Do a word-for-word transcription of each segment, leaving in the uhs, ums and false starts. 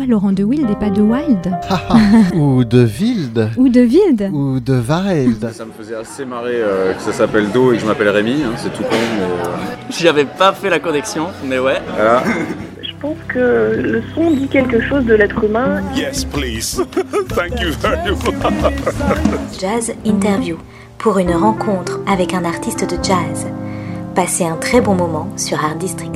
Pourquoi Laurent de Wild et pas de Wild? Ou de Wild. Ou de Wild. Ou de Wild. Ça me faisait assez marrer euh, que ça s'appelle Do et que je m'appelle Rémi, hein, c'est tout con. Mais, euh... J'avais pas fait la connexion, mais ouais. Voilà. Je pense que le son dit quelque chose de l'être humain. Yes, please. Thank you very much. Jazz Interview, pour une rencontre avec un artiste de jazz. Passez un très bon moment sur Art District.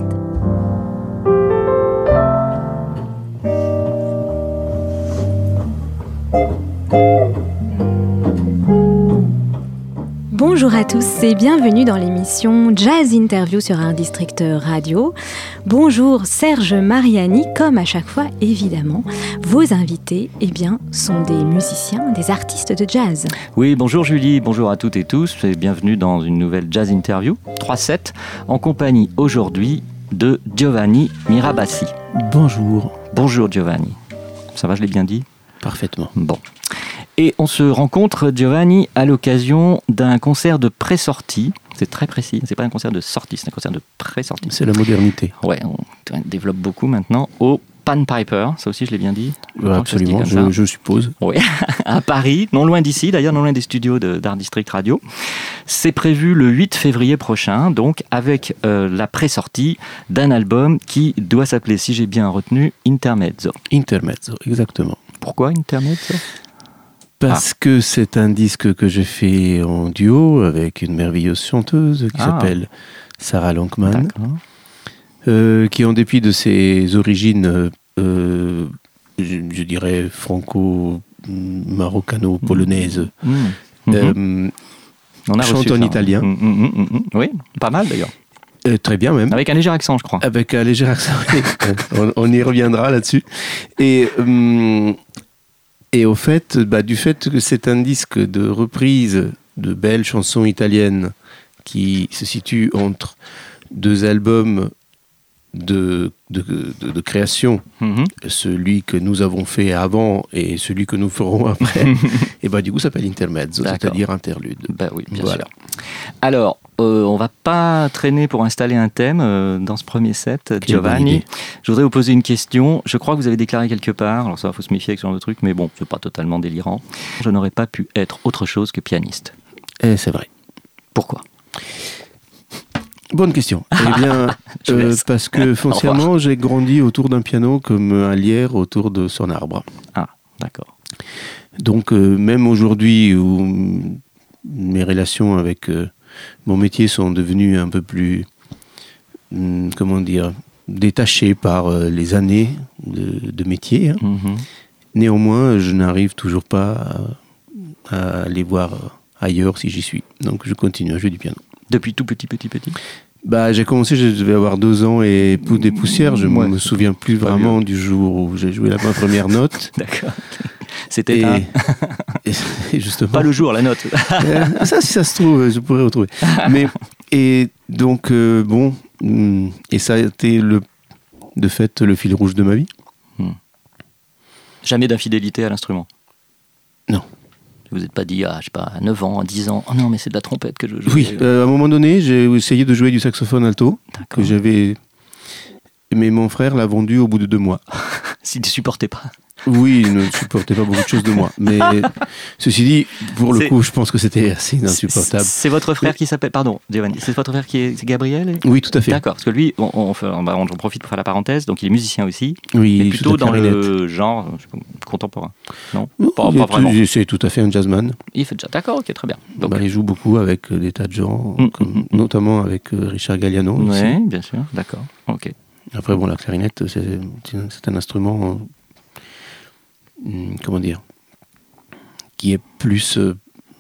Bonjour à tous et bienvenue dans l'émission Jazz Interview sur Art District Radio. Bonjour Serge Mariani, comme à chaque fois évidemment, vos invités eh bien, sont des musiciens, des artistes de jazz. Oui, bonjour Julie, bonjour à toutes et tous et bienvenue dans une nouvelle Jazz Interview, trois sept, en compagnie aujourd'hui de Giovanni Mirabassi. Bonjour. Bonjour Giovanni, ça va, je l'ai bien dit ? Parfaitement. Bon. Et on se rencontre, Giovanni, à l'occasion d'un concert de pré-sortie. C'est très précis, c'est pas un concert de sortie, c'est un concert de pré-sortie. C'est la modernité. Ouais, on développe beaucoup maintenant au Pan Piper, ça aussi je l'ai bien dit. Ouais, absolument, je, je suppose. Oui, à Paris, non loin d'ici, d'ailleurs non loin des studios de, d'Art District Radio. C'est prévu le huit février prochain, donc avec euh, la pré-sortie d'un album qui doit s'appeler, si j'ai bien retenu, Intermezzo. Intermezzo, exactement. Pourquoi Intermezzo ? Parce ah. que c'est un disque que j'ai fait en duo avec une merveilleuse chanteuse qui ah. s'appelle Sarah Lankman, euh, qui en dépit de ses origines, euh, je, je dirais franco-maroccano-polonaises, mmh. Mmh. Euh, On a chante reçu en ça, italien. Mmh, mmh, mmh, mmh. Oui, pas mal d'ailleurs. Euh, très bien même. Avec un léger accent, je crois. Avec un léger accent, on, on y reviendra là-dessus. Et... Euh, Et au fait, bah, du fait que c'est un disque de reprise de belles chansons italiennes qui se situe entre deux albums de, de, de, de création, mm-hmm. celui que nous avons fait avant et celui que nous ferons après, et bah, du coup ça s'appelle Intermezzo, D'accord. c'est-à-dire interlude. Bah oui, bien voilà. sûr. Alors, euh, on ne va pas traîner pour installer un thème euh, dans ce premier set, Quelle Giovanni. Je voudrais vous poser une question. Je crois que vous avez déclaré quelque part, alors ça, il faut se méfier avec ce genre de truc, mais bon, c'est pas totalement délirant. Je n'aurais pas pu être autre chose que pianiste. Et c'est vrai. Pourquoi ? Bonne question. Eh bien, euh, parce que foncièrement, j'ai grandi autour d'un piano comme un lierre autour de son arbre. Ah, d'accord. Donc, euh, même aujourd'hui où mes relations avec euh, mon métier sont devenues un peu plus, hum, comment dire, détachées par euh, les années de, de métier. Hein. Mm-hmm. Néanmoins, je n'arrive toujours pas à, à aller voir ailleurs si j'y suis. Donc, je continue à jouer du piano. Depuis tout petit, petit, petit bah, j'ai commencé, je devais avoir deux ans et des poussières. Je ne ouais. me souviens plus Pas vraiment mieux. Du jour où j'ai joué la première note. D'accord. C'était et, un... et, et justement... Pas le jour, la note. euh, ça, si ça se trouve, je pourrais retrouver. Mais, et donc, euh, bon, et ça a été, le, de fait, le fil rouge de ma vie. Hmm. Jamais d'infidélité à l'instrument ? Non. Vous n'êtes pas dit, ah, je sais pas, à neuf ans, à dix ans, oh non, mais c'est de la trompette que je joue. Oui, euh, à un moment donné, j'ai essayé de jouer du saxophone alto, D'accord. que j'avais... Mais mon frère l'a vendu au bout de deux mois. S'il ne supportait pas. Oui, il ne supportait pas beaucoup de choses de moi. Mais ceci dit, pour le c'est, coup, je pense que c'était assez insupportable. C'est, c'est votre frère qui s'appelle... Pardon, Giovanni, c'est votre frère qui est c'est Gabriel et... Oui, tout à fait. D'accord, parce que lui, on, on, on, on, on profite pour faire la parenthèse, donc il est musicien aussi, oui, mais plutôt dans le genre je sais pas, contemporain. Non, non pas, pas vraiment. C'est tout à fait un jazzman. Il fait jazz, d'accord, ok, très bien. Donc, bah, il joue beaucoup avec des tas de gens, mmh, comme, mmh, notamment avec Richard Galliano. Oui, bien sûr, d'accord, ok. Après, bon, la clarinette, c'est, c'est un instrument... comment dire, qui est plus, euh,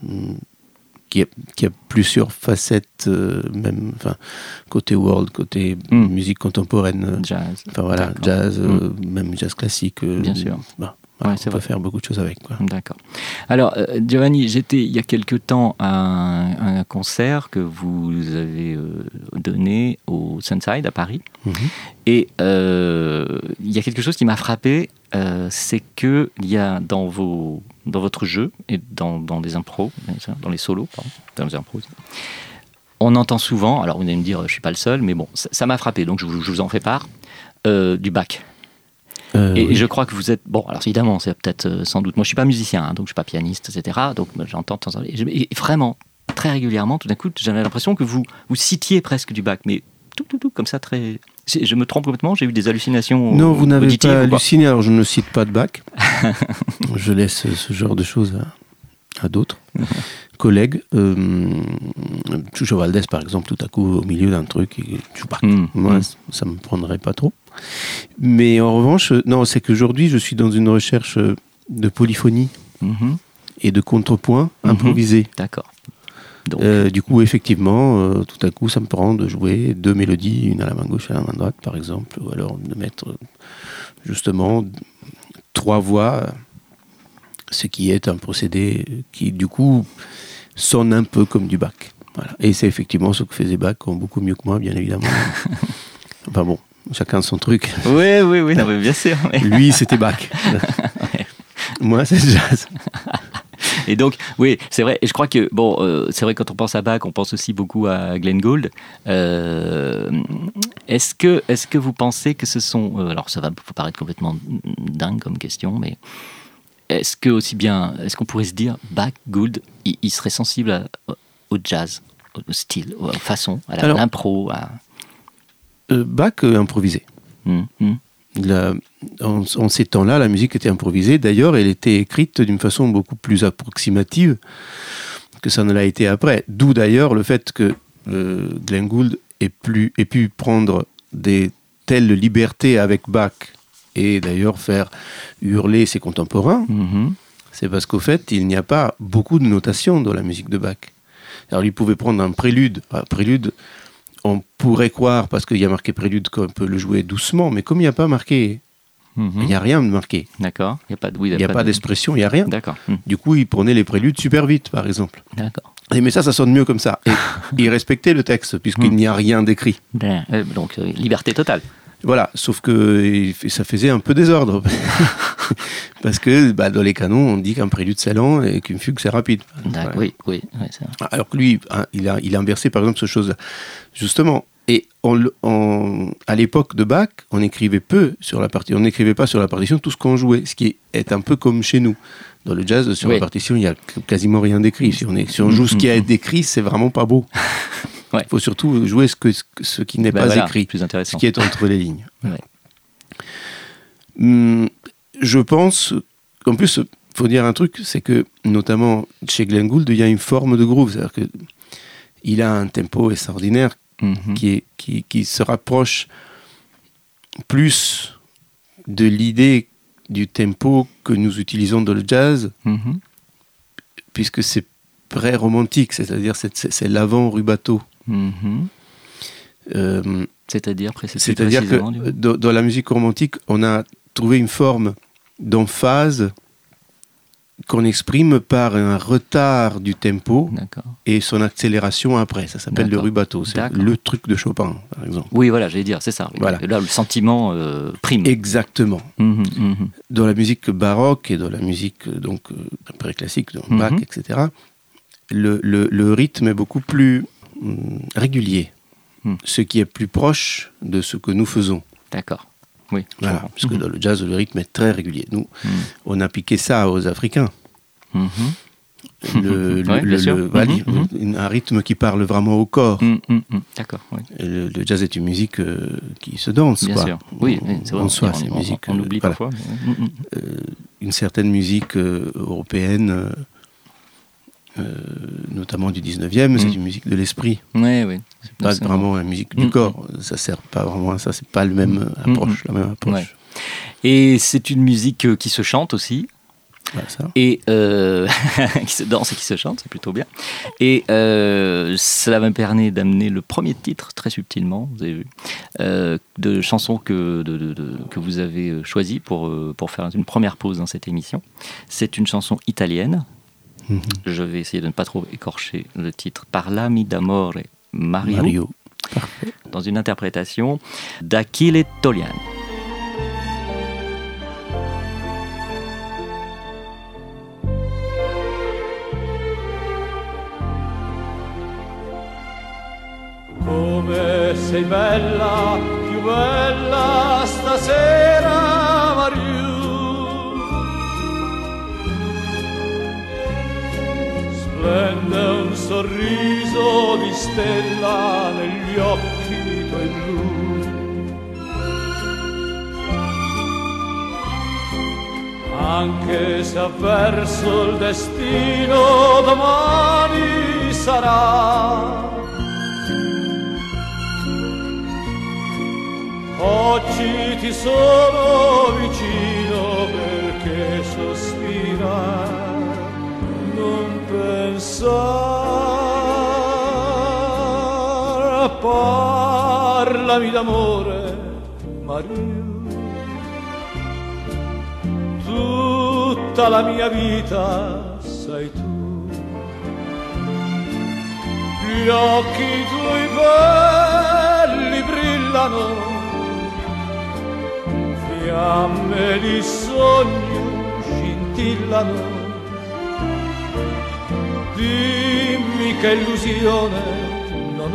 qui, est, qui a plusieurs facettes, euh, même, enfin, côté world, côté mm. musique contemporaine, jazz, enfin voilà, D'accord. jazz, euh, mm. même jazz classique. Euh, Bien sûr. Bah, voilà, ouais, on peut vrai. faire beaucoup de choses avec, quoi. D'accord. Alors, euh, Giovanni, j'étais il y a quelque temps à un, un concert que vous avez euh, donné au Sunside à Paris, mm-hmm. et euh, il y a quelque chose qui m'a frappé. Euh, c'est qu'il y a dans, vos, dans votre jeu et dans, dans les impros, dans les solos, pardon, dans les impros, on entend souvent, alors vous allez me dire je ne suis pas le seul, mais bon, ça, ça m'a frappé, donc je, je vous en fais part, euh, du Bach. Euh, et, oui. et je crois que vous êtes... Bon, alors évidemment, c'est peut-être euh, sans doute... Moi, je ne suis pas musicien, hein, donc je ne suis pas pianiste, et cetera. Donc j'entends de temps en temps... Et vraiment, très régulièrement, tout d'un coup, j'avais l'impression que vous, vous citiez presque du Bach, mais tout, tout, tout, comme ça, très... Je me trompe complètement, j'ai eu des hallucinations Non, vous n'avez auditives, pas ou quoi. halluciné, alors je ne cite pas de Bach. Je laisse ce genre de choses à, à d'autres collègues. Euh, Chucho Valdés, par exemple, tout à coup, au milieu d'un truc, et tu Bach. Mm, Moi, mm. ça ne me prendrait pas trop. Mais en revanche, non, c'est qu'aujourd'hui, je suis dans une recherche de polyphonie Mhm. et de contrepoint Mhm. improvisé. D'accord. Donc, Euh, du coup, effectivement, euh, tout à coup, ça me prend de jouer deux mélodies, une à la main gauche et à la main droite, par exemple, ou alors de mettre euh, justement trois voix, ce qui est un procédé qui, du coup, sonne un peu comme du Bach. Voilà. Et c'est effectivement ce que faisait Bach, beaucoup mieux que moi, bien évidemment. Enfin bon, chacun son truc. oui, oui, oui, non, mais bien sûr. mais- Lui, c'était Bach. Moi, c'est jazz. Et donc, oui, c'est vrai. Et je crois que, bon, euh, c'est vrai, quand on pense à Bach, on pense aussi beaucoup à Glenn Gould. Euh, est-ce que, est-ce que vous pensez que ce sont... euh, alors, ça va vous paraître complètement dingue comme question, mais est-ce que aussi bien... Est-ce qu'on pourrait se dire, Bach, Gould, il, il serait sensible à- au jazz, au style, aux façons, à la- Alors- l'impro, à... Euh, Bach euh, improvisé. Hum, hum. La- en, en ces temps-là, la musique était improvisée. D'ailleurs, elle était écrite d'une façon beaucoup plus approximative que ça ne l'a été après. D'où d'ailleurs le fait que euh, Glenn Gould ait, plus, ait pu prendre des telles libertés avec Bach et d'ailleurs faire hurler ses contemporains. Mhm. C'est parce qu'au fait, il n'y a pas beaucoup de notation dans la musique de Bach. Alors, il pouvait prendre un prélude. Un prélude, on pourrait croire, parce qu'il y a marqué prélude, qu'on peut le jouer doucement, mais comme il n'y a pas marqué, Mhm. il n'y a rien de marqué. D'accord. Il n'y a pas de... Oui, Il n'y a pas de- d'expression, il n'y a rien. D'accord. Hum. Du coup, il prenait les préludes super vite, par exemple. D'accord. Et mais ça, ça sonne mieux comme ça. Et il respectait le texte, puisqu'il Hmm. n'y a rien d'écrit. Bien. Euh, Donc, euh, liberté totale. Voilà, sauf que il- ça faisait un peu désordre. Parce que bah, dans les canons, on dit qu'un prélude c'est lent et qu'une fugue c'est rapide. D'accord. Ouais. Oui, oui, oui, c'est vrai. Alors que lui, hein, il a, il a inversé par exemple ce chose-là. Justement, et on, le- on- à l'époque de Bach, on écrivait peu sur la partition, on n'écrivait pas sur la partition tout ce qu'on jouait, ce qui est un peu comme chez nous. Dans le jazz, sur Oui. la partition, il n'y a quasiment rien d'écrit. Si on, est, si on joue ce qui a été écrit, c'est vraiment pas beau. Il Ouais. faut surtout jouer ce, que, ce, que- ce qui n'est Ben pas voilà, écrit, plus ce intéressant. qui est entre les lignes. Ouais. Hum, je pense, en plus, il faut dire un truc, c'est que notamment chez Glenn Gould, il y a une forme de groove, c'est-à-dire que il a un tempo extraordinaire Mhm. qui, est, qui, qui se rapproche plus de l'idée du tempo que nous utilisons dans le jazz, Mhm. puisque c'est pré-romantique, c'est-à-dire c'est, c'est, c'est l'avant rubato. Mhm. Euh, C'est-à-dire, précis- plus c'est-à-dire que précisément, du coup. dans, dans la musique romantique, on a trouvé une forme d'emphase qu'on exprime par un retard du tempo D'accord. et son accélération après. Ça s'appelle le D'accord. rubato. C'est D'accord. le truc de Chopin, par exemple. Oui, voilà, j'allais dire, c'est ça. oui. Voilà. Et là, le sentiment euh, prime. Exactement. Mhm, mhm. Dans la musique baroque et dans la musique euh, donc euh, pré-classique, donc Bach, Mhm. et cetera, le, le, le rythme est beaucoup plus hum, régulier, Mhm. ce qui est plus proche de ce que nous faisons. D'accord. Oui. je Voilà, comprends. parce que Mhm. dans le jazz, le rythme est très régulier. Nous, Mhm. on a piqué ça aux Africains. Mhm. Le, le- Ouais, bien le- sûr. le- voilà, Mhm, un rythme qui parle vraiment au corps. Mhm, mhm, mhm. D'accord. Oui. Et Le, le jazz est une musique euh, qui se danse, Bien quoi. sûr. Oui, oui, c'est vrai. En soi, on, c'est une on- musique. on euh, oublie voilà. parfois. mais- Mhm, mhm. Euh, une certaine musique euh, européenne, euh, euh, notamment du dix-neuvième, c'est Mm. une musique de l'esprit, Oui, oui. C'est pas c'est vraiment la musique du Mm. corps. Ça sert pas vraiment à ça, c'est pas le même Mm. approche, la même approche. Ouais. Et c'est une musique euh, qui se chante aussi. Voilà, ça. Et euh, qui se danse et qui se chante, c'est plutôt bien. Et euh, cela m'a permis d'amener le premier titre, très subtilement, vous avez vu, euh, de chansons que, de, de- de- que vous avez choisi pour, euh, pour faire une première pause dans cette émission. C'est une chanson italienne. Mhm. Je vais essayer de ne pas trop écorcher le titre. Parlami d'amore Mario, Mario. dans une interprétation d'Achille Tolian. Come sei bella, più bella stasera, viso di stella negli occhi tuoi blu. Anche se avverso il destino domani sarà, oggi ti sono vicino perché sospira, non pensare, parlami d'amore, Maria. Tutta la mia vita sei tu, gli occhi tuoi belli brillano, fiamme di sogno scintillano. Dimmi che illusione non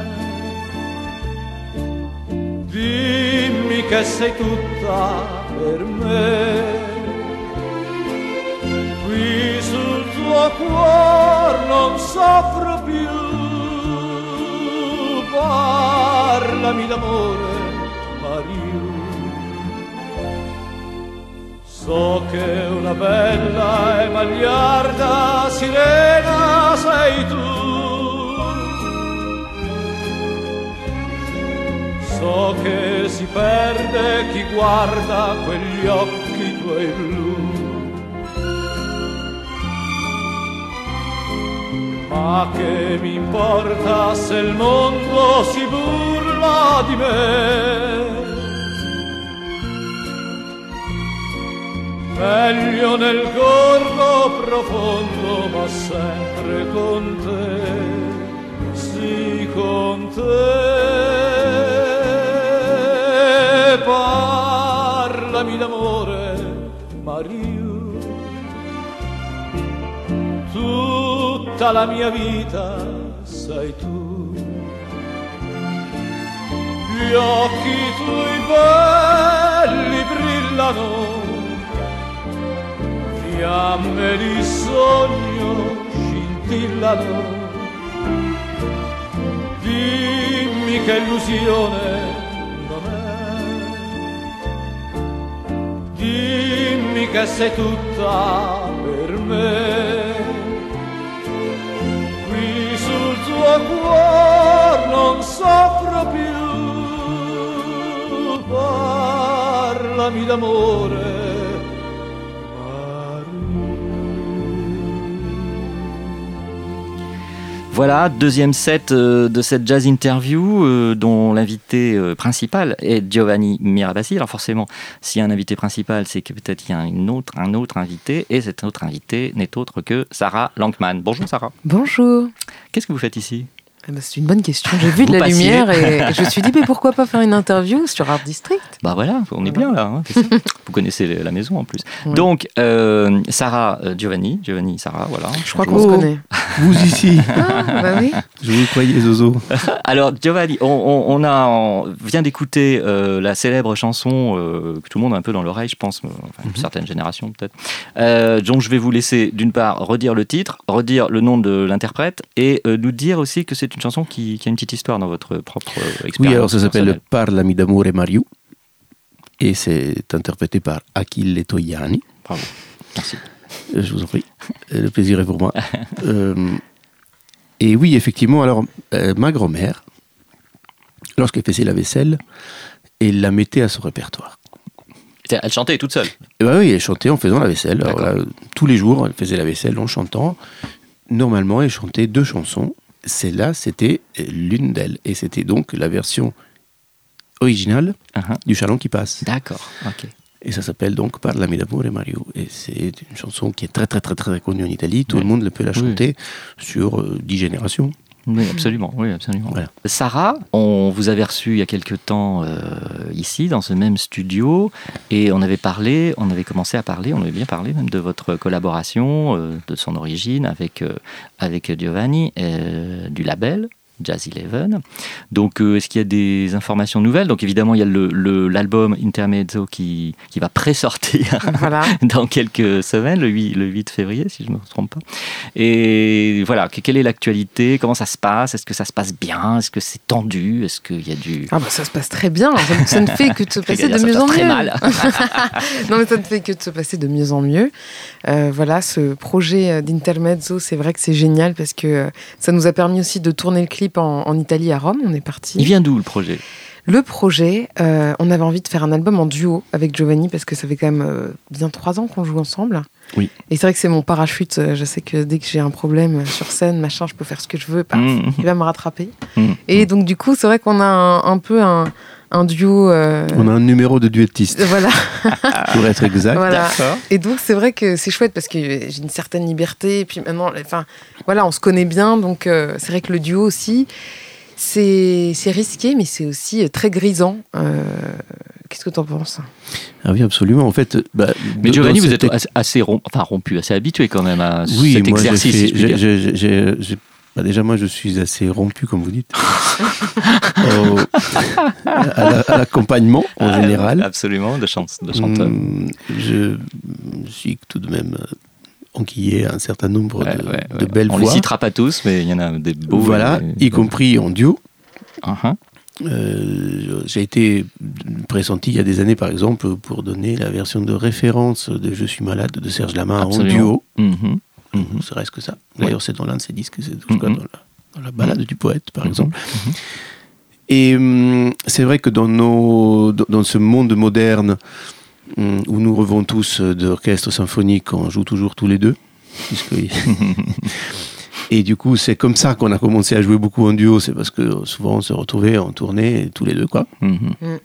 è, dimmi che sei tutta per me. Qui sul tuo cuore non soffro più, parlami d'amore, Maria. So che una bella e magliarda sirena sei tu, so che si perde chi guarda quegli occhi tuoi blu. Ma che mi importa se il mondo si burla di me? Meglio nel gorgo profondo, ma sempre con te, sì con te. Parlami d'amore, Maria. Tutta la mia vita sei tu, gli occhi tuoi belli brillano, fiamme di sogno scintillano. Dimmi che illusione non è, dimmi che sei tutta per me. Qui sul tuo cuore non soffro più, parlami d'amore. Voilà, deuxième set euh, de cette jazz interview euh, dont l'invité euh, principal est Giovanni Mirabassi. Alors forcément, s'il y a un invité principal, c'est que peut-être il y a une autre, un autre invité, et cet autre invité n'est autre que Sarah Lankman. Bonjour Sarah. Bonjour. Qu'est-ce que vous faites ici ? Eh ben, c'est une bonne question. J'ai vu de Vous la passiez. lumière et je me suis dit, mais pourquoi pas faire une interview sur Art District ? Bah voilà, on est bien là. Hein, c'est ça. Vous connaissez la maison en plus. Oui. Donc, euh, Sarah, euh, Giovanni, Giovanni, Sarah, voilà. Je crois qu'on se connaît. Vous ici. Ah, bah oui. Je vous croyais Zozo. Alors, Giovanni, on, on, on a, on vient d'écouter euh, la célèbre chanson euh, que tout le monde a un peu dans l'oreille, je pense, euh, enfin, une Mhm. certaine génération peut-être. Euh, donc, je vais vous laisser d'une part redire le titre, redire le nom de l'interprète et euh, nous dire aussi que c'est une chanson qui, qui a une petite histoire dans votre propre euh, expérience. Oui, alors ça s'appelle personnelle. Parlami d'amore Mario et c'est interprété par Achille Togliani. Bravo, merci. Euh, Je vous en prie, Euh, le plaisir est pour moi. Euh, et oui, effectivement, alors euh, ma grand-mère, lorsqu'elle faisait la vaisselle, elle la mettait à son répertoire. Elle chantait toute seule. Et bah oui, elle chantait en faisant la vaisselle. Alors D'accord. là, tous les jours, elle faisait la vaisselle en chantant. Normalement, elle chantait deux chansons. Celle-là, c'était l'une d'elles. Et c'était donc la version originale Uh-huh. du Chaland qui passe. D'accord, ok. Et ça s'appelle donc Parlami d'amore Mario. Et c'est une chanson qui est très très très très connue en Italie. Tout Oui. le monde peut la Oui. chanter sur euh, dix générations. Oui, absolument. Oui, absolument. Voilà. Sarah, on vous avait reçu il y a quelque temps euh, ici, dans ce même studio, et on avait parlé, on avait commencé à parler, on avait bien parlé même de votre collaboration, euh, de son origine avec, euh, avec Giovanni, euh, du label Jazz Eleven. Donc, euh, est-ce qu'il y a des informations nouvelles ? Donc, évidemment, il y a le, le, l'album Intermezzo qui, qui va pré-sortir voilà. dans quelques semaines, le huit, le huit février, si je ne me trompe pas. Et voilà, quelle est l'actualité ? Comment ça se passe ? Est-ce que ça se passe bien ? Est-ce que c'est tendu ? Est-ce qu'il y a du... Ah bah ça se passe très bien, ça, ça ne fait que de se passer de mieux en mieux. Mal. Non mais ça ne fait que de se passer de mieux en mieux. Euh, voilà, ce projet d'Intermezzo, c'est vrai que c'est génial parce que ça nous a permis aussi de tourner le clip en, en Italie, à Rome. On est parti. Il vient d'où le projet ? Le projet, euh, on avait envie de faire un album en duo avec Giovanni parce que ça fait quand même euh, bien trois ans qu'on joue ensemble. Oui. Et c'est vrai que c'est mon parachute. Je sais que dès que j'ai un problème sur scène, machin, je peux faire ce que je veux. Paf, mmh. Il va me rattraper. Mmh. Et donc du coup, c'est vrai qu'on a un, un peu un, un duo. Euh... On a un numéro de duettiste. Voilà. Pour être exact. Voilà. Et donc c'est vrai que c'est chouette parce que j'ai une certaine liberté. Et puis maintenant, enfin, voilà, on se connaît bien. Donc euh, c'est vrai que le duo aussi. C'est, c'est risqué, mais c'est aussi très grisant. Euh, qu'est-ce que tu en penses ? Ah oui, absolument. En fait, bah, mais Giovanni, vous êtes assez, assez romp, enfin, rompu, assez habitué quand même à oui, cet moi, exercice. J'ai fait, si je puis j'ai, j'ai, j'ai, j'ai, bah déjà, moi, je suis assez rompu, comme vous dites, Au, à, la, à l'accompagnement en ah, général. Absolument, de, chante, de chanteur. Hum, je, je suis tout de même enquillé un certain nombre ouais, de, ouais, de ouais. belles On voix. On les citera pas tous, mais il y en a des beaux. Voilà, et, y compris en duo. Uh-huh. Euh, j'ai été pressenti il y a des années, par exemple, pour donner la version de référence de Je suis malade de Serge Lama en duo. Mm-hmm. Mm-hmm. Ce reste que ça. D'ailleurs, ouais. C'est dans l'un de ses disques, c'est mm-hmm. dans, la, dans la balade mm-hmm. du poète, par mm-hmm. exemple. Mm-hmm. Et hum, c'est vrai que dans, nos, dans ce monde moderne hum, où nous revons tous d'orchestre symphonique, on joue toujours tous les deux. Puisque... Et du coup, c'est comme ça qu'on a commencé à jouer beaucoup en duo. C'est parce que souvent, on se retrouvait en tournée tous les deux, quoi. Mm-hmm.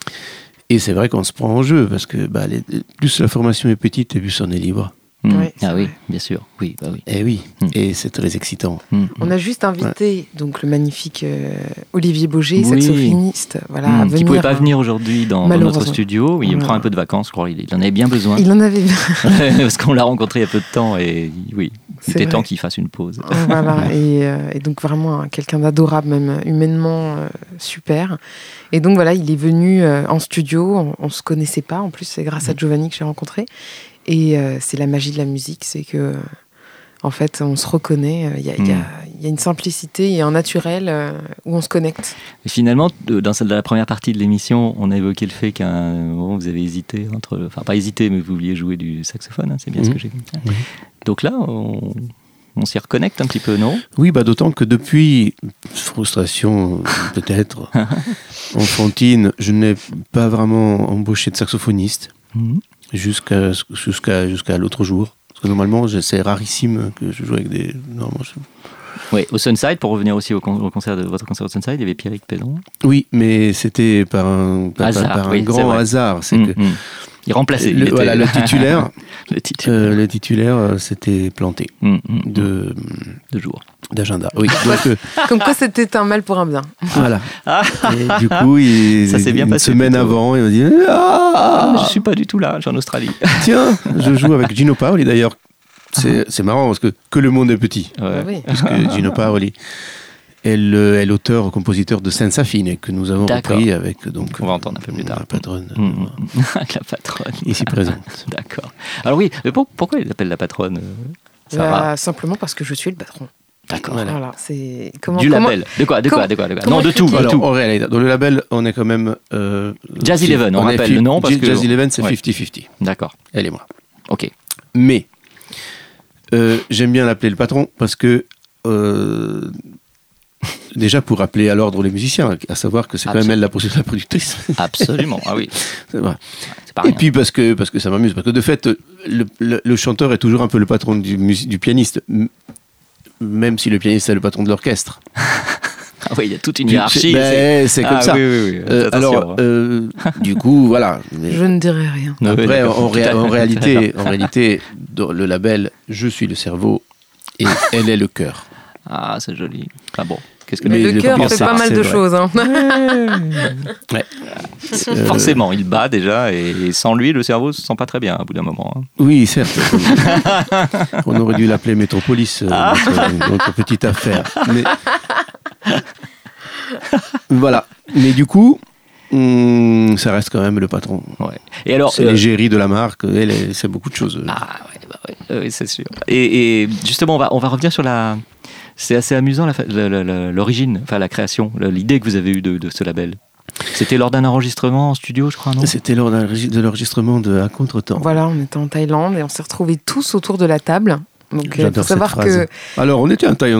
Et c'est vrai qu'on se prend en jeu parce que bah, les, plus la formation est petite et plus on est libre. Mmh. Oui, ah oui, bien sûr. Oui, bah oui. Et oui, mmh. et c'est très excitant. Mmh. On a juste invité ouais. donc le magnifique euh, Olivier Bauger, oui. saxophoniste, voilà, mmh. à venir, qui ne pouvait pas venir aujourd'hui dans, dans notre studio. Il voilà. prend un peu de vacances, je crois. Il, il en avait bien besoin. Il en avait besoin. Parce qu'on l'a rencontré il y a peu de temps et oui, il était temps qu'il fasse une pause. Voilà, et, euh, et donc vraiment hein, quelqu'un d'adorable, même humainement euh, super. Et donc voilà, il est venu euh, en studio. On ne se connaissait pas. En plus, c'est grâce mmh. à Giovanni que j'ai rencontré. Et euh, c'est la magie de la musique, c'est que, en fait, on se reconnaît, il y, mmh. y, y a une simplicité et un naturel euh, où on se connecte. Et finalement, dans la première partie de l'émission, on a évoqué le fait qu'à un moment, vous avez hésité entre... Enfin, pas hésité, mais vous vouliez jouer du saxophone, hein, c'est bien mmh. ce que j'ai dit. Mmh. Donc là, on, on s'y reconnecte un petit peu, non ? Oui, bah, d'autant que depuis, frustration peut-être, enfantine, je n'ai pas vraiment embauché de saxophoniste. Mmh. Jusqu'à, jusqu'à, jusqu'à l'autre jour. Parce que normalement, c'est rarissime que je joue avec des... Normalement, je... Oui, au Sunside, pour revenir aussi au, con- au concert de votre concert au Sunside, il y avait Pierrick Pédron. Oui, mais c'était par un, par, hasard, par un oui, grand hasard. C'est mmh, que mmh. Il remplaçait. Le, il voilà, le titulaire, le titulaire, euh, le titulaire euh, s'était planté mmh, mmh, de, de jour. D'agenda. Oui. Donc, euh, comme quoi, c'était un mal pour un bien. Voilà. Et du coup, il, ça s'est bien une passé semaine plutôt. avant, il m'a dit ah, je suis pas du tout là, je suis en Australie. Tiens, je joue avec Gino Paoli d'ailleurs. C'est, c'est marrant parce que, que le monde est petit. Ouais. Oui. Parce que Gino Paoli est, le, est l'auteur, compositeur de Senza Fine que nous avons D'accord. repris avec donc. On va entendre un peu plus tard. La patronne. Mmh. La patronne. Ici présente. D'accord. Alors oui, mais pour, pourquoi il l'appelle la patronne Bah, simplement parce que je suis le patron. D'accord. Voilà. voilà. C'est... Comment, du comment... label. De quoi, de quoi, de quoi, de quoi Non, de tout. Alors, de tout. en réalité, dans le label, on est quand même. Euh, Jazz Eleven, on, on rappelle le nom parce Jazz que. Jazz Eleven, c'est ouais. cinquante cinquante. D'accord. Elle et moi. Ok. Mais euh, j'aime bien l'appeler le patron parce que. Euh, déjà pour rappeler à l'ordre les musiciens, à savoir que c'est quand Absolument. même elle la, la productrice. Absolument, ah oui. C'est vrai. C'est pas Et rien. puis parce que, parce que ça m'amuse, parce que de fait, le, le, le chanteur est toujours un peu le patron du, du pianiste, même si le pianiste est le patron de l'orchestre. Ah oui, il y a toute une hiérarchie. Ben, c'est comme ah, ça. Oui, oui, oui. Euh, alors, euh, du coup, voilà. Je ne dirai rien. Après, oui, en, ré- en réalité, en réalité, dans le label, je suis le cerveau et elle est le cœur. Ah, c'est joli. Ah bon. Qu'est-ce que Mais le, le cœur fait ça, pas mal de vrai. choses. Hein. Ouais. Euh... Forcément, il bat déjà et sans lui, le cerveau se sent pas très bien à bout d'un moment. Hein. Oui, certes. On aurait dû l'appeler Métropolis, euh, ah. notre, notre petite affaire. Mais, Voilà. Mais du coup, hum, ça reste quand même le patron. Ouais. Et alors, c'est euh, l'égérie de la marque. Elle, elle, c'est beaucoup de choses. Ah ouais, bah ouais, ouais c'est sûr. Et, et justement, on va, on va revenir sur la. C'est assez amusant la, la, la, la, l'origine, enfin la création, l'idée que vous avez eue de, de ce label. C'était lors d'un enregistrement en studio, je crois, non ? C'était lors d'un, de l'enregistrement de À Contre-temps. Voilà, on était en Thaïlande et on s'est retrouvés tous autour de la table. Donc, il faut savoir phrase. que. Alors, on était en Thaïlande.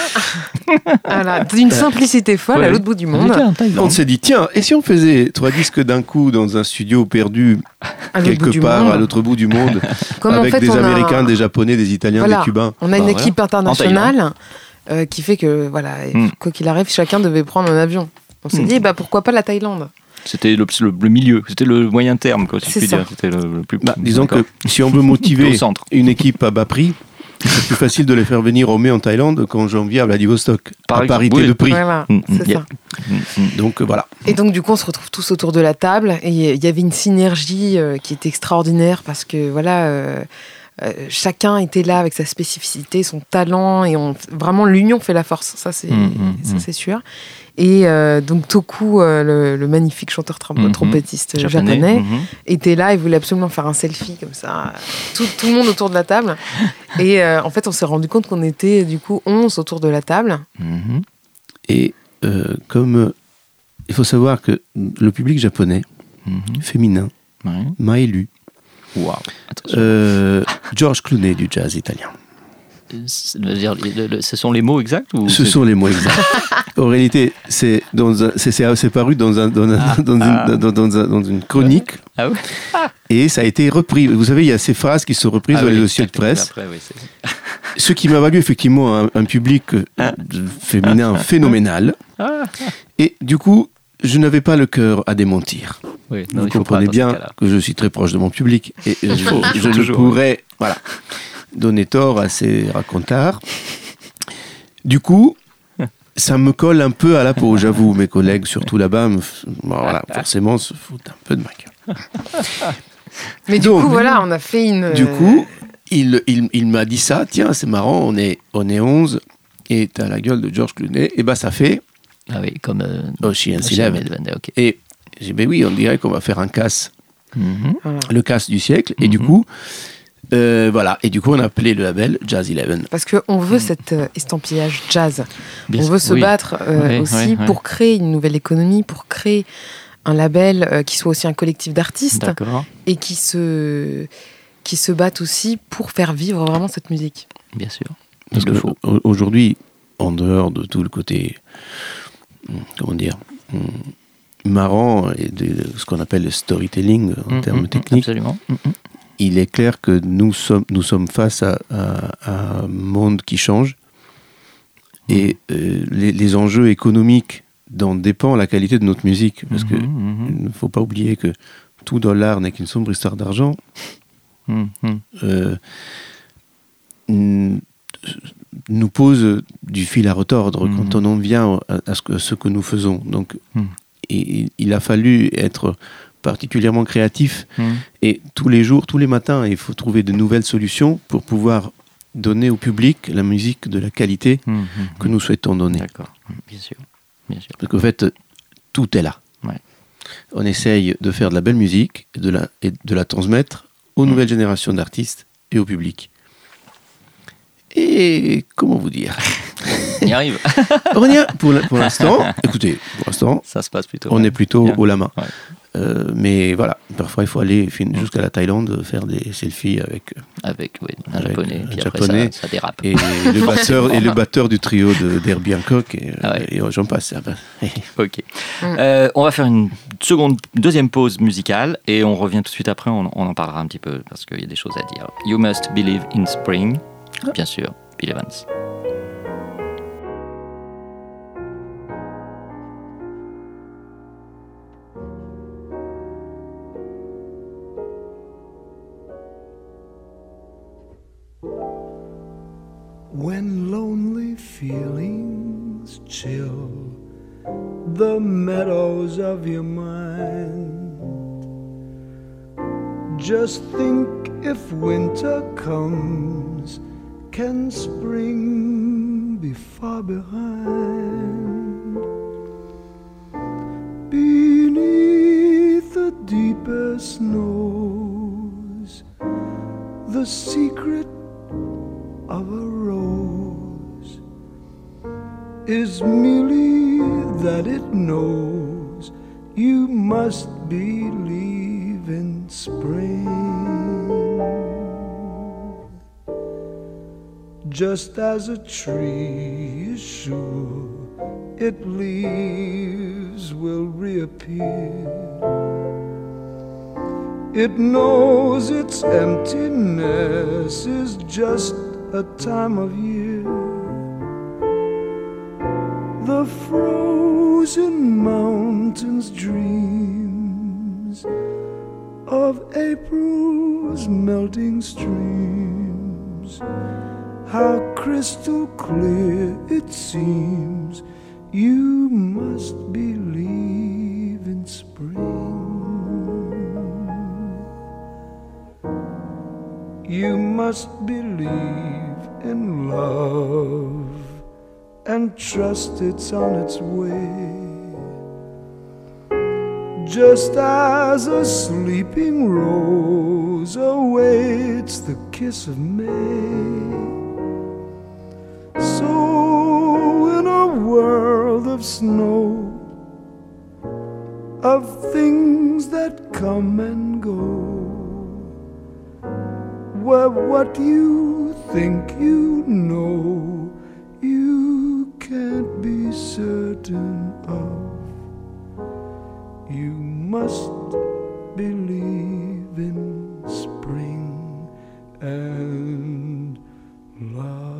Voilà, d'une simplicité folle ouais. à l'autre bout du monde. On, on s'est dit, tiens, et si on faisait trois disques d'un coup dans un studio perdu à quelque part à l'autre bout du monde, Comme avec en fait, des Américains, a... des Japonais, des Italiens, voilà. des Cubains. On a une bah, équipe voilà. internationale euh, qui fait que, voilà, mm. quoi qu'il arrive, chacun devait prendre un avion. On s'est mm. dit, bah, pourquoi pas la Thaïlande ? C'était le, le, le milieu, c'était le moyen terme, quoi, si c'est je puis ça. dire. C'était le, le plus. Bah, disons que si on veut motiver une équipe à bas prix, c'est plus facile de les faire venir au mai en Thaïlande qu'en janvier à Vladivostok, Par à parité oui. de prix. Voilà, mmh, c'est yeah. ça. Donc euh, voilà. Et donc du coup, on se retrouve tous autour de la table et il y avait une synergie euh, qui était extraordinaire parce que voilà, euh, euh, chacun était là avec sa spécificité, son talent et on, vraiment l'union fait la force. Ça c'est, mmh, ça, c'est sûr. Et euh, donc Toku, euh, le, le magnifique chanteur trom- mm-hmm. trompettiste japonais, japonais mm-hmm. était là et voulait absolument faire un selfie comme ça, tout, tout le monde autour de la table. Et euh, en fait, on s'est rendu compte qu'on était du coup onze autour de la table. Mm-hmm. Et euh, comme euh, il faut savoir que le public japonais mm-hmm. féminin ouais. m'a élu wow. euh, George Clooney du jazz italien. Dire, ce sont les mots exacts ou Ce c'est... sont les mots exacts. En réalité, c'est, dans un, c'est, c'est, c'est paru dans, un, dans, un, ah, dans, ah. Une, dans, dans, un, dans une chronique ah oui. et ça a été repris. Vous savez, il y a ces phrases qui sont reprises ah dans oui, les dossiers de presse. Après, oui, c'est... Ce qui m'a valu effectivement un, un public ah. féminin phénoménal. Ah. Et du coup, je n'avais pas le cœur à démentir. Oui, non, Vous comprenez bien que je suis très proche de mon public et je, je ne pourrais... Voilà. donner tort à ces racontards. Du coup, ça me colle un peu à la peau, j'avoue. Mes collègues, surtout là-bas, me f... bon, voilà, forcément, se foutent un peu de ma gueule. Mais du Donc, coup, voilà, on a fait une... Du coup, il, il, il m'a dit ça. Tiens, c'est marrant, on est, on est onze et t'as la gueule de George Clooney. Et bah, ça fait... Ah oui, comme... Euh, Ocean's Eleven. Okay. Et j'ai dit, ben oui, on dirait qu'on va faire un casse. Mm-hmm. Voilà. Le casse du siècle. Et mm-hmm. du coup... Euh, voilà, et du coup on a appelé le label Jazz Eleven. Parce qu'on veut mmh. cet euh, estampillage jazz. Bien on veut se oui. battre euh, oui, aussi oui, pour oui. créer une nouvelle économie, pour créer un label euh, qui soit aussi un collectif d'artistes D'accord. et qui se, qui se battent aussi pour faire vivre vraiment cette musique. Bien sûr. Parce que faut. Aujourd'hui, en dehors de tout le côté, comment dire, marrant et de ce qu'on appelle le storytelling en mmh, termes mmh, techniques. Absolument. Mmh. Il est clair que nous sommes, nous sommes face à, à, à un monde qui change et euh, les, les enjeux économiques dont dépend la qualité de notre musique. Parce qu'il mmh, ne faut pas oublier que tout dollar n'est qu'une sombre histoire d'argent. Mmh. Euh, nous pose du fil à retordre mmh. quand on en vient à, à, ce que, à ce que nous faisons. Donc, mmh. il, il a fallu être... particulièrement créatif mmh. et tous les jours, tous les matins, il faut trouver de nouvelles solutions pour pouvoir donner au public la musique de la qualité mmh, mmh, que nous souhaitons donner. D'accord, bien sûr, bien sûr. Parce qu'en fait, tout est là. Ouais. On essaye de faire de la belle musique et de la, et de la transmettre aux mmh. nouvelles générations d'artistes et au public. Et comment vous dire On y arrive. On y a, pour, pour l'instant, écoutez, pour l'instant, ça se passe plutôt. On bien. est plutôt bien. haut la main. Ouais. Euh, mais voilà, parfois il faut aller jusqu'à la Thaïlande faire des selfies avec avec oui, un avec japonais, un puis japonais après ça, ça dérape. Et le batteur et le batteur du trio de d'Herbie Hancock et, ah ouais. et j'en passe. Ok. Mm. Euh, on va faire une seconde, deuxième pause musicale et on revient tout de suite après. On, on en parlera un petit peu parce qu'il y a des choses à dire. You Must Believe in Spring, bien sûr, Bill Evans. When lonely feelings chill the meadows of your mind, just think if winter comes, can spring be far behind? knows the secret of a rose is merely that it knows you must believe in spring. Just as a tree is sure its leaves will reappear, it knows its emptiness is just a time of year. The frozen mountains dreams of April's melting streams. How crystal clear it seems you must believe in spring. You must believe in love and trust it's on its way. Just as a sleeping rose awaits the kiss of May, so in a world of snow, of things that come and go, where what you think you know you can't be certain of, you must believe in spring and love.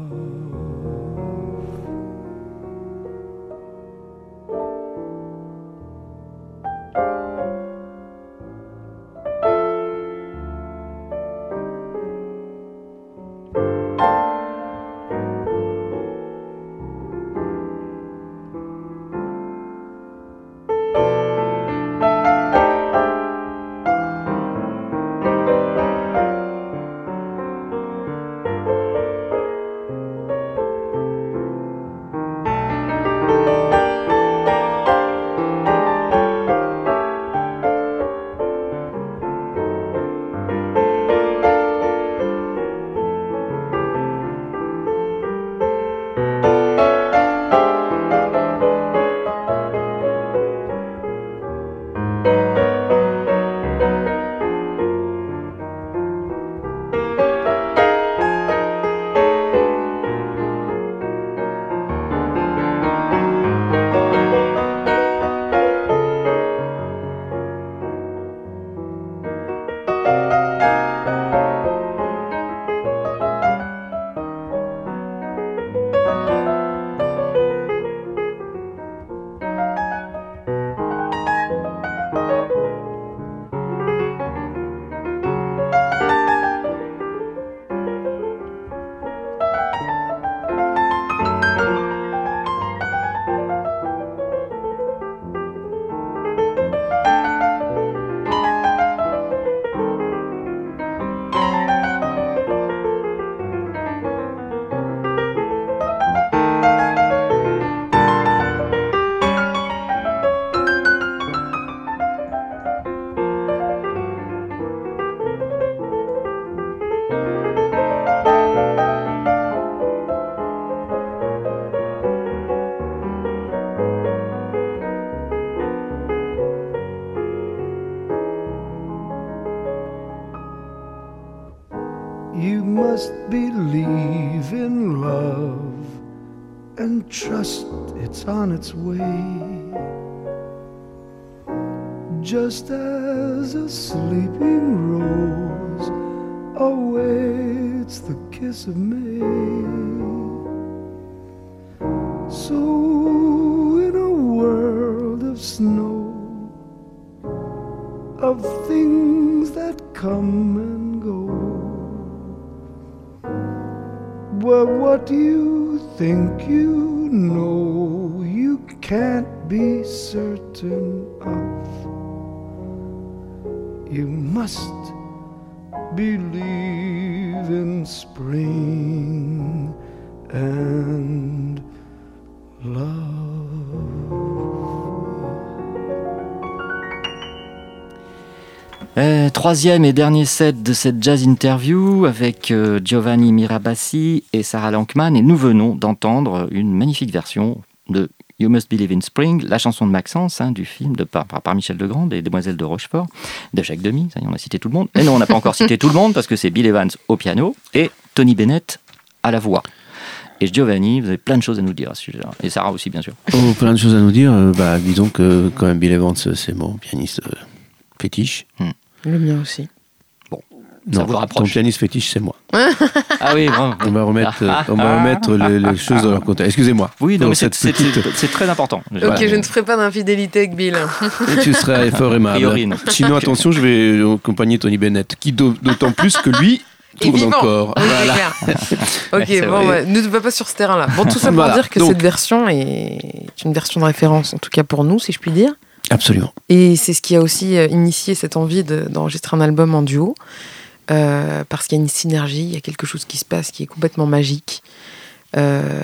You must believe in love and trust it's on its way. Just as a sleeping rose awaits the kiss of May, so in a world of snow, of things that come and go, where what you think you know you can't be certain of, you must believe in spring and love. Euh, troisième et dernier set de cette jazz interview avec euh, Giovanni Mirabassi et Sarah Lankman, et nous venons d'entendre une magnifique version de You Must Believe in Spring, la chanson de Maxence, hein, du film de, par, par Michel Legrand et Demoiselles de Rochefort, de Jacques Demy. Ça y est, on a cité tout le monde. Et non, on n'a pas encore cité tout le monde parce que c'est Bill Evans au piano et Tony Bennett à la voix. Et Giovanni, vous avez plein de choses à nous dire à ce sujet-là. Et Sarah aussi, bien sûr. Oh, plein de choses à nous dire. Euh, bah, disons que quand même Bill Evans, c'est mon pianiste euh, fétiche. Hmm. Le mien aussi. Bon, non, ça vous rapproche. Ton pianiste fétiche, c'est moi. Ah oui, bon. On va remettre, euh, on va remettre les, les choses dans leur contexte. Excusez-moi. Oui, non, mais c'est, cette c'est, petite... c'est, c'est très important. Ok, Voilà. je ne ferai pas d'infidélité avec Bill. Et tu seras fort aimable. Priori, non. Sinon, attention, je vais accompagner Tony Bennett, qui d'autant plus que lui tourne vivant. encore. Oui, Voilà. c'est clair. Ok, Ouais, bon, ouais, ne va pas sur ce terrain-là. Bon, tout ça pour Voilà. dire que Donc- cette version est une version de référence, en tout cas pour nous, si je puis dire. Absolument. Et c'est ce qui a aussi euh, initié cette envie de- d'enregistrer un album en duo, euh, parce qu'il y a une synergie, il y a quelque chose qui se passe qui est complètement magique. Euh,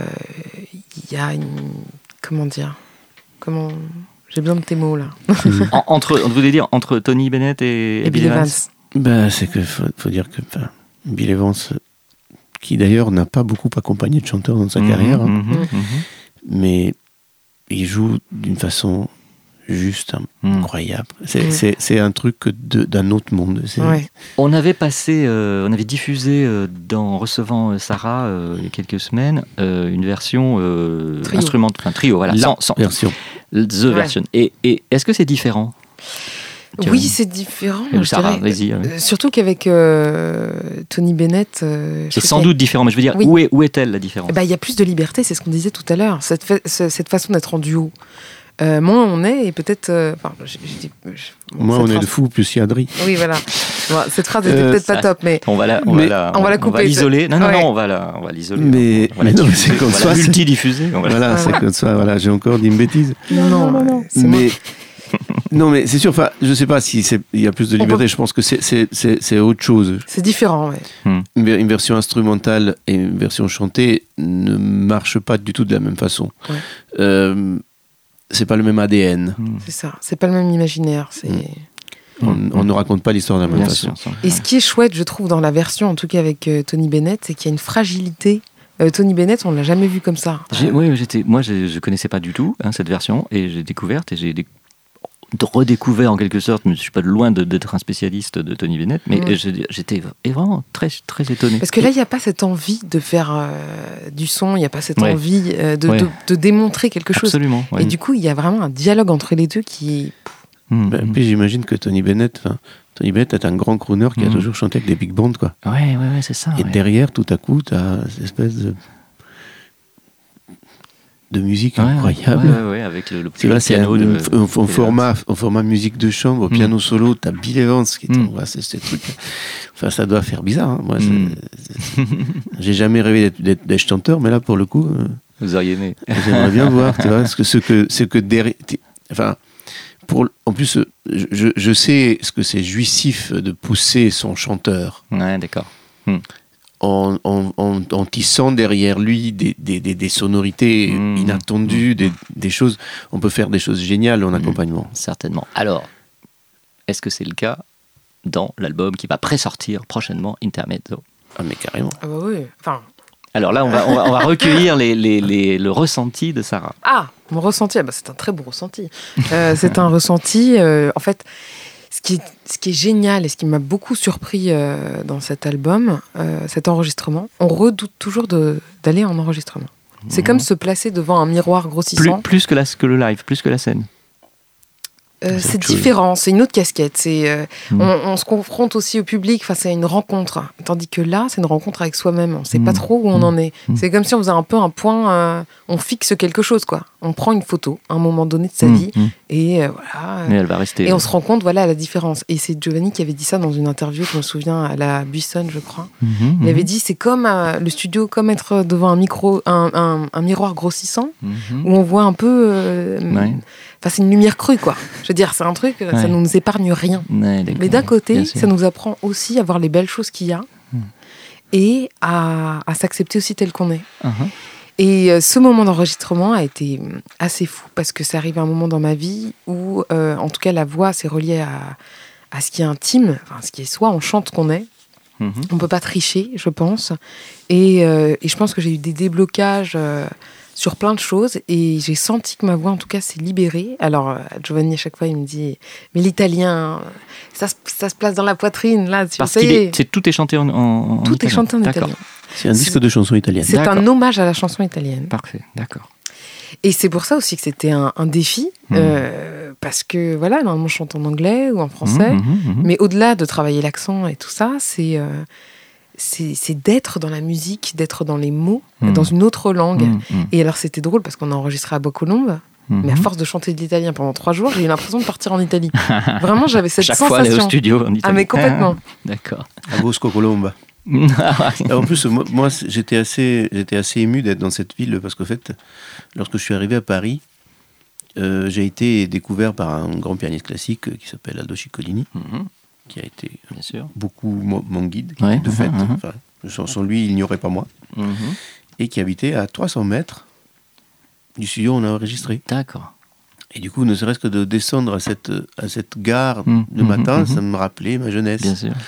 Il y a une... Comment dire Comment... J'ai besoin de tes mots, là. En- entre, vous voulez dire entre Tony Bennett et, Et Bill Evans. Ben, c'est que faut, faut dire que enfin, Bill Evans, qui d'ailleurs n'a pas beaucoup accompagné de chanteurs dans sa Mhm, carrière, hein, mhm, mhm. mais il joue d'une façon juste incroyable. C'est, Mhm. c'est, c'est un truc de, d'un autre monde. C'est, Ouais. On avait passé, euh, on avait diffusé euh, dans recevant euh, Sarah euh, il y a quelques semaines euh, une version euh, Trio. instrument, enfin trio, voilà, La sans, sans- version. the Ouais. version. Et, et est-ce que c'est différent? Oui, c'est différent. Et je Sarah, dirais. vas-y. hein. Euh, Surtout qu'avec euh, Tony Bennett... euh, je C'est trouve sans qu'il y a- doute différent, mais je veux dire, Oui. où, est, où est-elle la différence? Eh ben, il y a plus de liberté, c'est ce qu'on disait tout à l'heure, cette, fa- ce- cette façon d'être en duo. Euh, moins on est, et peut-être... euh, enfin, je- je dis- je- bon, Moi, cette on est phrase- de fous, plus il y a de riz. Oui, voilà. Bon, cette phrase était Euh, peut-être pas ça- top, mais... On va la, on Mais- va la, on va la couper, l'isoler. Non, non, ouais. non, on va la, on va l'isoler. Mais- on va la mais non, mais diffuser, c'est comme on va ça, la c'est- multi-diffuser. on va la- Voilà, c'est comme ça. Voilà, j'ai encore dit une bêtise. Non, non, non. C'est moi. Mais non, mais c'est sûr. Enfin, je sais pas si c'est, il y a plus de On liberté. peut- Je pense que c'est, c'est, c'est, c'est autre chose. C'est différent, ouais. Une, ver- une version instrumentale et une version chantée ne marchent pas du tout de la même façon. Ouais. Euh, c'est pas le même A D N. C'est ça. C'est pas le même imaginaire. C'est... On, on ne raconte pas l'histoire de la même Bien façon. sûr, ça. Et ce qui est chouette, je trouve, dans la version, en tout cas avec euh, Tony Bennett, c'est qu'il y a une fragilité. Euh, Tony Bennett, on l'a jamais vu comme ça. J'ai- ouais, j'étais, moi, je ne connaissais pas du tout hein, cette version, et j'ai découverte, et j'ai dé- redécouvert en quelque sorte, mais je ne suis pas loin de- d'être un spécialiste de Tony Bennett, mais Mm. j'ai- j'étais vraiment très, très étonné. Parce que là, il n'y a pas cette envie de faire euh, du son, il n'y a pas cette Ouais. envie euh, de, Ouais. de, de démontrer quelque chose. Absolument. ouais. Et du coup, il y a vraiment un dialogue entre les deux qui... Mm, Ben, mm. puis j'imagine que Tony Bennett, enfin, Tony Bennett est un grand crooner qui a Mm. toujours chanté avec des big bands, quoi. Ouais, ouais, ouais, c'est ça. Et ouais. derrière, tout à coup, tu as cette espèce de, de musique Ouais, incroyable. ouais, ouais, ouais, avec le, le Tu vois, c'est piano un, de. un- un format, un format musique de chambre, au Mm. piano solo, t'as Bill Evans qui est, Mm. ouais, c'est ces trucs. Enfin, ça doit faire bizarre. hein. Moi, c'est- Mm. c'est- j'ai jamais rêvé d'être, d'être, d'être chanteur, mais là, pour le coup, euh, Vous auriez aimé. j'aimerais bien voir, tu vois, ce que, ce que, ce que derrière, t'es- enfin, pour, en plus, euh, je, je sais ce que c'est jouissif de pousser son chanteur Ouais, d'accord. en, en, en, en tissant derrière lui des, des, des, des sonorités Mmh. inattendues, des, des choses. On peut faire des choses géniales en accompagnement. Certainement. Alors, est-ce que c'est le cas dans l'album qui va pré-sortir prochainement, Intermezzo? Ah, mais carrément. Ah bah oui, enfin... Alors là, on va, on va, on va recueillir les, les, les, le ressenti de Sarah. Ah, mon ressenti, ah bah c'est un très beau ressenti. Euh, c'est un ressenti, euh, en fait, ce qui, est, ce qui est génial et ce qui m'a beaucoup surpris euh, dans cet album, euh, cet enregistrement, on redoute toujours de, d'aller en enregistrement. C'est comme se placer devant un miroir Plus, grossissant. plus que, la, que le live, plus que la scène. Euh, C'est c'est autre chose. différent, c'est une autre casquette. C'est, euh, Mm. on, on se confronte aussi au public, enfin, c'est une rencontre. Tandis que là, c'est une rencontre avec soi-même. On ne sait Mm. pas trop où on Mm. en est. Mm. C'est comme si on faisait un peu un point, euh, on fixe quelque chose, quoi. On prend une photo à un moment donné de sa Mm, vie mm. et euh, voilà. Mais elle va rester. Et on se rend compte, voilà, la différence. Et c'est Giovanni qui avait dit ça dans une interview, je me souviens, à la Buissonne, je crois. Mhm, Il mhm. avait dit, c'est comme euh, le studio, comme être devant un micro, un, un- un miroir grossissant, Mhm. où on voit un peu. euh, Ouais. Enfin, c'est une lumière crue, quoi. Je veux dire, c'est un truc, ça Ouais. ne nous épargne rien. Ouais, d'accord. Mais d'un Bien côté, sûr. ça nous apprend aussi à voir les belles choses qu'il y a Mm. et à, à s'accepter aussi tel qu'on est. Mhm. Et euh, ce moment d'enregistrement a été hum, assez fou parce que ça arrive à un moment dans ma vie où, euh, en tout cas, la voix s'est reliée à, à ce qui est intime, enfin, ce qui est soi, on chante qu'on est. Mmh. On ne peut pas tricher, je pense. Et, euh, et je pense que j'ai eu des déblocages euh, sur plein de choses. Et j'ai senti que ma voix, en tout cas, s'est libérée. Alors, euh, Giovanni, à chaque fois, il me dit « Mais l'italien, ça, ça se place dans la poitrine, là. » Parce que est... tout est chanté en, en, en tout italien. Tout est chanté en d'accord. italien. C'est un disque c'est, de chansons italiennes. C'est d'accord. Un hommage à la chanson italienne. Parfait, d'accord. Et c'est pour ça aussi que c'était un, un défi, mmh. euh, parce que voilà, normalement je chante en anglais ou en français, mmh, mmh, mmh. mais au-delà de travailler l'accent et tout ça, c'est, euh, c'est, c'est d'être dans la musique, d'être dans les mots, mmh. dans une autre langue. Mmh, mmh. Et alors c'était drôle parce qu'on a enregistré à Bois-Colombes, mmh. mais à force de chanter de l'italien pendant trois jours, j'ai eu l'impression de partir en Italie. Vraiment, j'avais cette Chaque sensation. Chaque fois aller au studio en Italie. Ah mais complètement. Ah, d'accord. À Bosco-Colomba. En plus, moi, moi j'étais, assez, j'étais assez ému d'être dans cette ville parce qu'en fait, lorsque je suis arrivé à Paris, euh, j'ai été découvert par un grand pianiste classique qui s'appelle Aldo Ciccolini, mm-hmm. qui a été Bien sûr. beaucoup mon, mon guide, ouais, de fait. Mm-hmm. Enfin, sans, sans lui, il n'y aurait pas moi. Mm-hmm. Et qui habitait à trois cents mètres du studio où on a enregistré. D'accord. Et du coup, ne serait-ce que de descendre à cette, à cette gare mm-hmm. le matin, mm-hmm. ça me rappelait ma jeunesse. Bien sûr.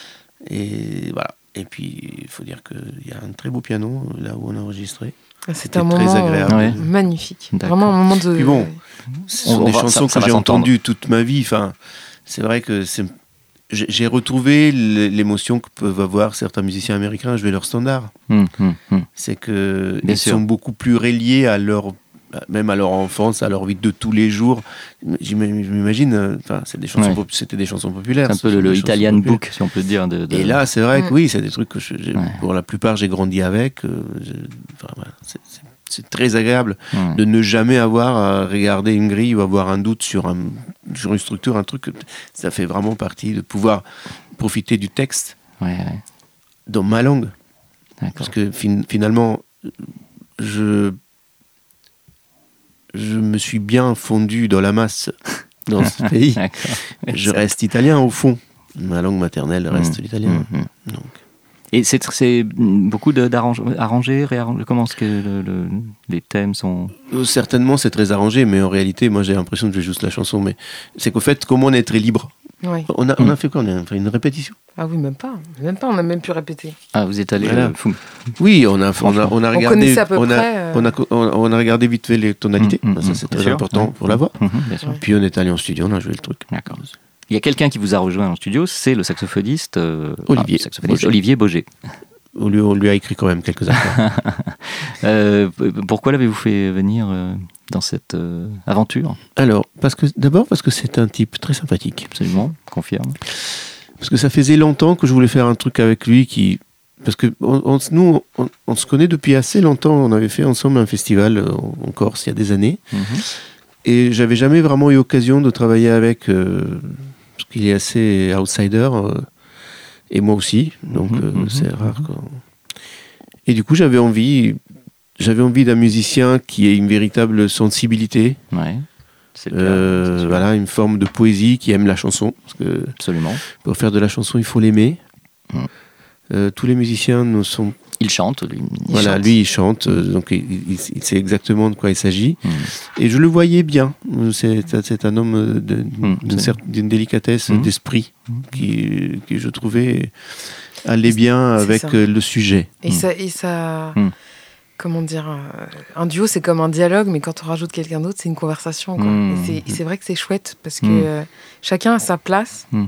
Et voilà. Et puis, il faut dire qu'il y a un très beau piano là où on a enregistré. C'était, C'était un très moment agréable. Ouais. magnifique. D'accord. Vraiment un moment de... Puis bon, ce sont on des va, chansons ça, ça que j'ai entendues toute ma vie. Enfin, c'est vrai que c'est... j'ai retrouvé l'émotion que peuvent avoir certains musiciens américains à jouer leur standard. Mmh, mmh, mmh. C'est qu'ils sont beaucoup plus reliés à leur... même à leur enfance, à leur vie de tous les jours. Je m'imagine, enfin, c'est des chansons, ouais. c'était des chansons populaires. C'est un peu le, le Italian book, si on peut dire. De, de... Et là, c'est vrai que oui, c'est des trucs que je, ouais. pour la plupart j'ai grandi avec. Euh, enfin, voilà, c'est, c'est, c'est très agréable ouais. de ne jamais avoir à regarder une grille ou avoir un doute sur, un, sur une structure, un truc. Ça fait vraiment partie de pouvoir profiter du texte ouais, ouais. dans ma langue. D'accord. Parce que fin, finalement, je je me suis bien fondu dans la masse dans ce pays. Je reste italien au fond. Ma langue maternelle reste mmh. l'italien. Mmh. Donc. Et c'est, c'est beaucoup d'arrangés, réarrangés. Comment est-ce que le, le, les thèmes sont... Certainement, c'est très arrangé, mais en réalité, moi, j'ai l'impression que je joue juste la chanson. Mais c'est qu'au fait, comme on est très libre, oui. on, a, on a fait quoi? On a fait une répétition. Ah oui, même pas. Même pas, on a même pu répéter. Ah, vous êtes allé voilà. euh, fou. Oui, on a, on a, on a regardé. On connaissait à peu on a, près. Euh... On, a, on a regardé vite fait les tonalités. Mmh, mmh, ça, c'est très sûr. important mmh, pour l'avoir. Mmh, mmh, Puis on est allé en studio, on a joué le truc. D'accord. Il y a quelqu'un qui vous a rejoint en studio, c'est le saxophoniste, euh, Olivier. Ah, saxophoniste Boger. Olivier Boger. On lui, on lui a écrit quand même quelques accords. euh, pourquoi l'avez-vous fait venir euh, dans cette euh, aventure? Alors, parce que, d'abord parce que c'est un type très sympathique. Absolument, confirme. Parce que ça faisait longtemps que je voulais faire un truc avec lui qui... Parce que on, on, nous, on, on se connaît depuis assez longtemps. On avait fait ensemble un festival en, en Corse il y a des années. Mm-hmm. Et j'avais jamais vraiment eu l'occasion de travailler avec... Euh, parce qu'il est assez outsider... Euh, et moi aussi, donc mmh, euh, mmh, c'est mmh. rare. Quand... Et du coup, j'avais envie, j'avais envie d'un musicien qui ait une véritable sensibilité. Ouais, c'est le cas, euh, c'est voilà, une forme de poésie, qui aime la chanson. Parce que absolument. Pour faire de la chanson, il faut l'aimer. Mmh. Euh, tous les musiciens ne sont. Il chante, lui. Il voilà, chante. lui, il chante, euh, donc il, il, il sait exactement de quoi il s'agit. Mmh. Et je le voyais bien. C'est, c'est un homme de, mmh, d'une, certain, d'une délicatesse mmh. d'esprit mmh. qui, qui, je trouvais, allait bien c'est avec ça. Le sujet. Et mmh. ça, et ça mmh. comment dire, un duo, c'est comme un dialogue, mais quand on rajoute quelqu'un d'autre, c'est une conversation. Quoi. Mmh. Et, c'est, et c'est vrai que c'est chouette, parce que mmh. euh, chacun a sa place. Mmh.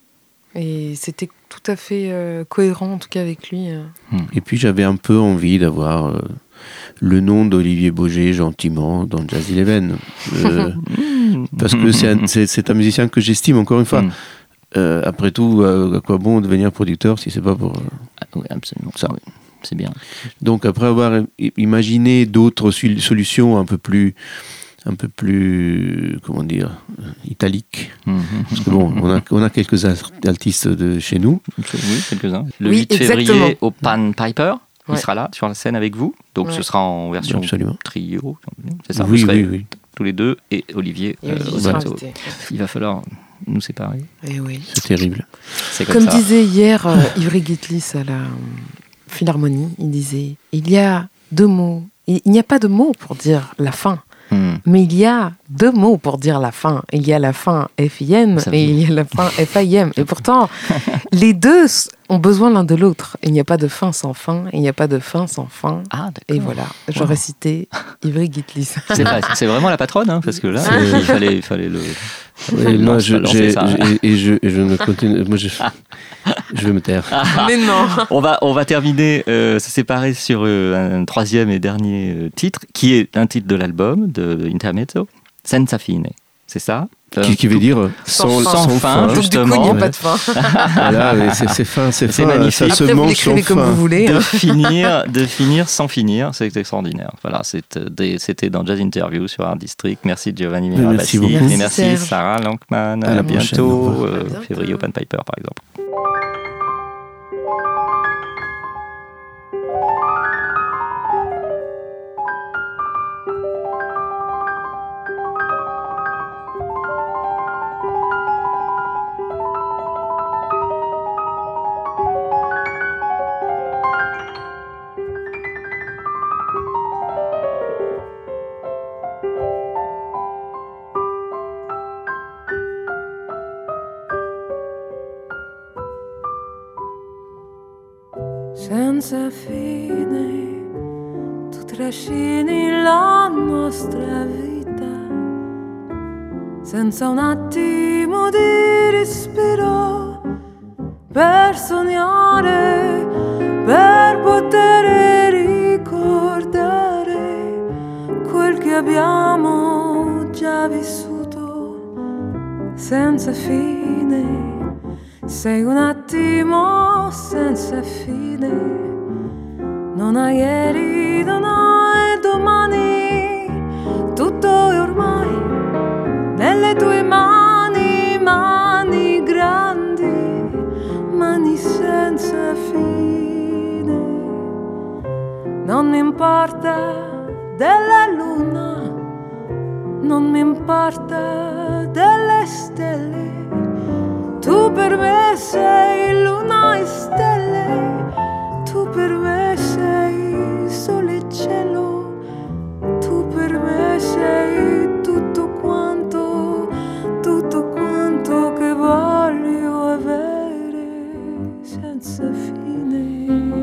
Et c'était tout à fait euh, cohérent, en tout cas avec lui. Euh. Et puis j'avais un peu envie d'avoir euh, le nom d'Olivier Boger gentiment dans Jazz Eleven. Euh, parce que c'est un, c'est, c'est un musicien que j'estime, encore une fois. Euh, après tout, euh, à quoi bon devenir producteur si c'est pas pour... Euh, ah, oui, absolument. Ça. Oui, c'est bien. Donc après avoir imaginé d'autres solutions un peu plus... un peu plus, comment dire, italique. Mmh, Parce que bon, on a, on a quelques artistes de chez nous. Oui, quelques-uns. Le oui, huit exactement. février au Pan Piper, il ouais. sera là, sur la scène avec vous. Donc ouais. ce sera en version Absolument. Trio. C'est ça, oui, vous serez oui, oui. tous les deux, et Olivier, et euh, Olivier au sera bateau. Il va falloir nous séparer. Et oui. C'est terrible. C'est comme, comme disait hier euh, Ivry Guitlis à la euh, Philharmonie, il disait, il y a deux mots, il n'y a pas de mots pour dire la fin. Hmm. Mm. Mais il y a deux mots pour dire la fin. Il y a la fin F I N et il y a la fin F I M. Et pourtant, les deux ont besoin l'un de l'autre. Il n'y a pas de fin sans fin, il n'y a pas de fin sans fin. Ah, et voilà, j'aurais wow. cité Ivry Guitlis. C'est vrai, c'est vraiment la patronne, hein, parce que là, il fallait, il fallait le... Oui, non, je, j'ai, j'ai, et, je, et je ne continue... Moi, je, je vais me taire. Mais non. On va, on va terminer, euh, se séparer sur euh, un troisième et dernier euh, titre, qui est un titre de l'album, de Intermezzo, Senza Fine. C'est ça ? Qui, qui veut dire sans, sans, sans fin, fin, justement. Du coup, il n'y a pas de fin. Voilà, mais c'est, c'est fin, c'est, c'est fin. Magnifique. Ça se Après, mange sans comme fin. vous voulez. De finir, de finir sans finir, c'est extraordinaire. Voilà, c'était, c'était dans Jazz Interview sur Art District. Merci Giovanni Mirabassi. Merci et beaucoup. merci Serge. Sarah Lankman. À À, la bientôt. prochaine. Euh, À bientôt. Février Open Piper, par exemple. Senza fine tu trascini la nostra vita, senza un attimo di respiro, per sognare, per poter ricordare quel che abbiamo già vissuto. Senza fine sei un attimo senza fine, non hai ieri, non hai domani, tutto è ormai nelle tue mani, mani grandi, mani senza fine. Non mi importa della luna, non mi importa delle stelle, tu per me sei luna e stelle, tu per me sei sole e cielo, tu per me sei tutto quanto, tutto quanto che voglio avere senza fine.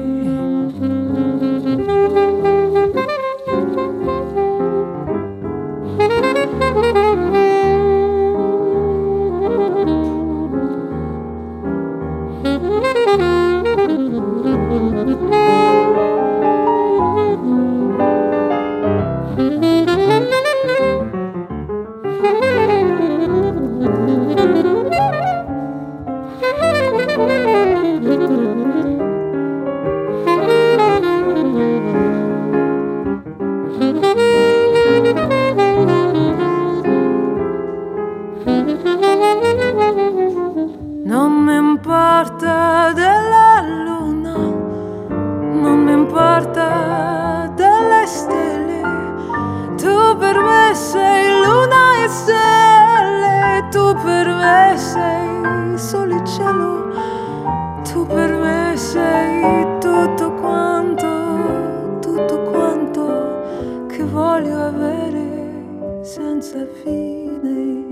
Non mi importa della luna, non mi importa delle stelle, tu per me sei luna e stelle, tu per me sei sole e cielo, tu per me sei tutto quanto, tutto quanto che voglio avere senza fine.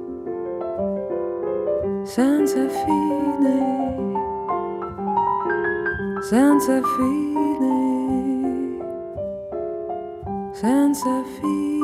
Senza fine, senza fine, senza fine.